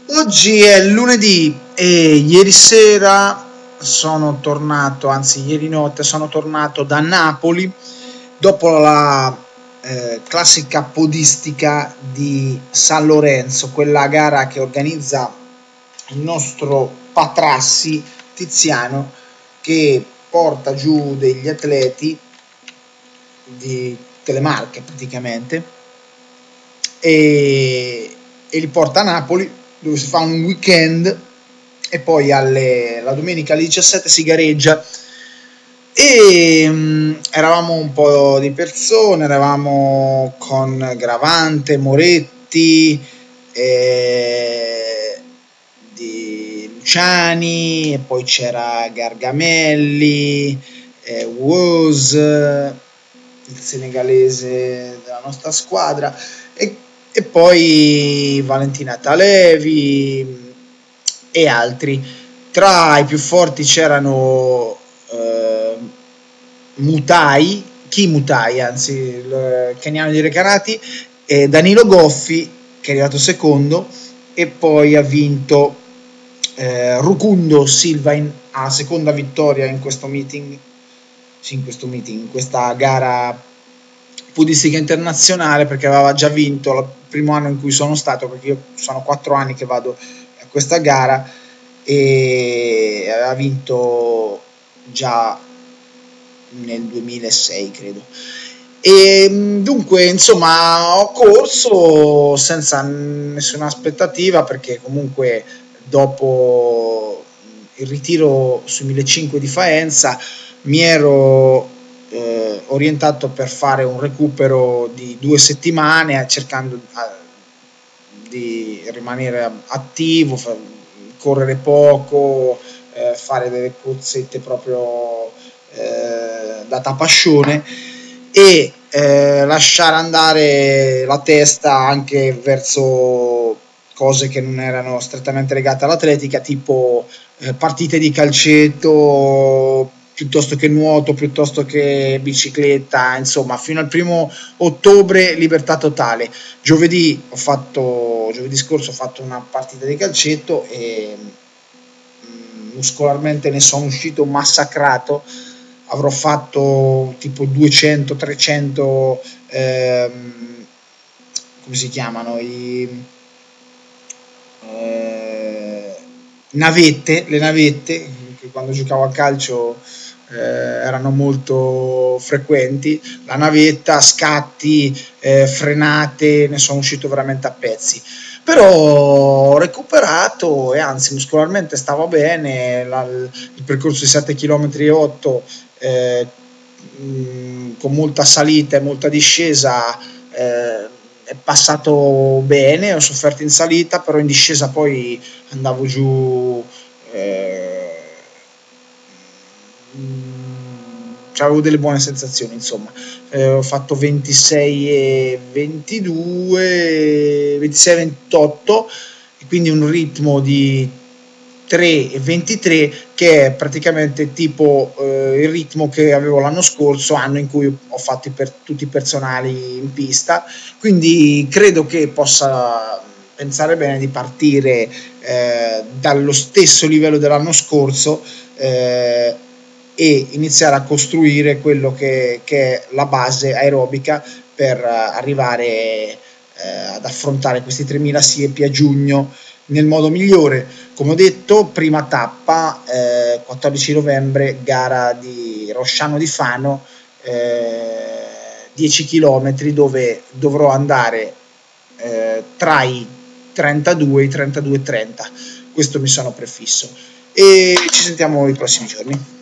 Oggi è lunedì e ieri sera sono tornato, anzi ieri notte sono tornato da Napoli dopo la classica podistica di San Lorenzo, quella gara che organizza il nostro Patrassi Tiziano, che porta giù degli atleti di Telemarche praticamente e li porta a Napoli, dove si fa un weekend e poi la domenica alle 17 si gareggia. E eravamo un po' di persone, eravamo con Gravante, Moretti, di Luciani, e poi c'era Gargamelli, Woz, il senegalese della nostra squadra, e poi Valentina Talevi e altri. Tra i più forti c'erano Mutai, anzi il keniano di Recanati, e Danilo Goffi, che è arrivato secondo, e poi ha vinto Rukundo Silva a seconda vittoria in questa gara podistica internazionale, perché aveva già vinto il primo anno in cui sono stato, perché io sono 4 anni che vado a questa gara, e aveva vinto già nel 2006 credo. E dunque insomma ho corso senza nessuna aspettativa, perché comunque dopo il ritiro sui 1500 di Faenza mi ero orientato per fare un recupero di 2 settimane, cercando di rimanere attivo, correre poco, fare delle corsette proprio da tapascione, e lasciare andare la testa anche verso cose che non erano strettamente legate all'atletica, tipo partite di calcetto, piuttosto che nuoto, piuttosto che bicicletta. Insomma, fino al 1° ottobre libertà totale. Giovedì scorso ho fatto una partita di calcetto e muscolarmente ne sono uscito massacrato. Avrò fatto tipo 200-300 come si chiamano, le navette, che quando giocavo a calcio erano molto frequenti. La navetta, scatti, frenate, ne sono uscito veramente a pezzi. Però ho recuperato, e anzi muscolarmente stavo bene. Il percorso di 7 km e 8 con molta salita e molta discesa è passato bene. Ho sofferto in salita, però in discesa poi andavo giù, avevo delle buone sensazioni, insomma. Ho fatto 26 e 22, 26 e 28, e quindi un ritmo di 3 e 23, che è praticamente tipo il ritmo che avevo l'anno scorso, anno in cui ho fatto tutti i personali in pista. Quindi credo che possa pensare bene di partire dallo stesso livello dell'anno scorso, e iniziare a costruire quello che è la base aerobica per arrivare ad affrontare questi 3000 siepi a giugno nel modo migliore. Come ho detto, prima tappa 14 novembre, gara di Rosciano di Fano, 10 km, dove dovrò andare tra i 32 e i 32,30. Questo mi sono prefisso, e ci sentiamo i prossimi giorni.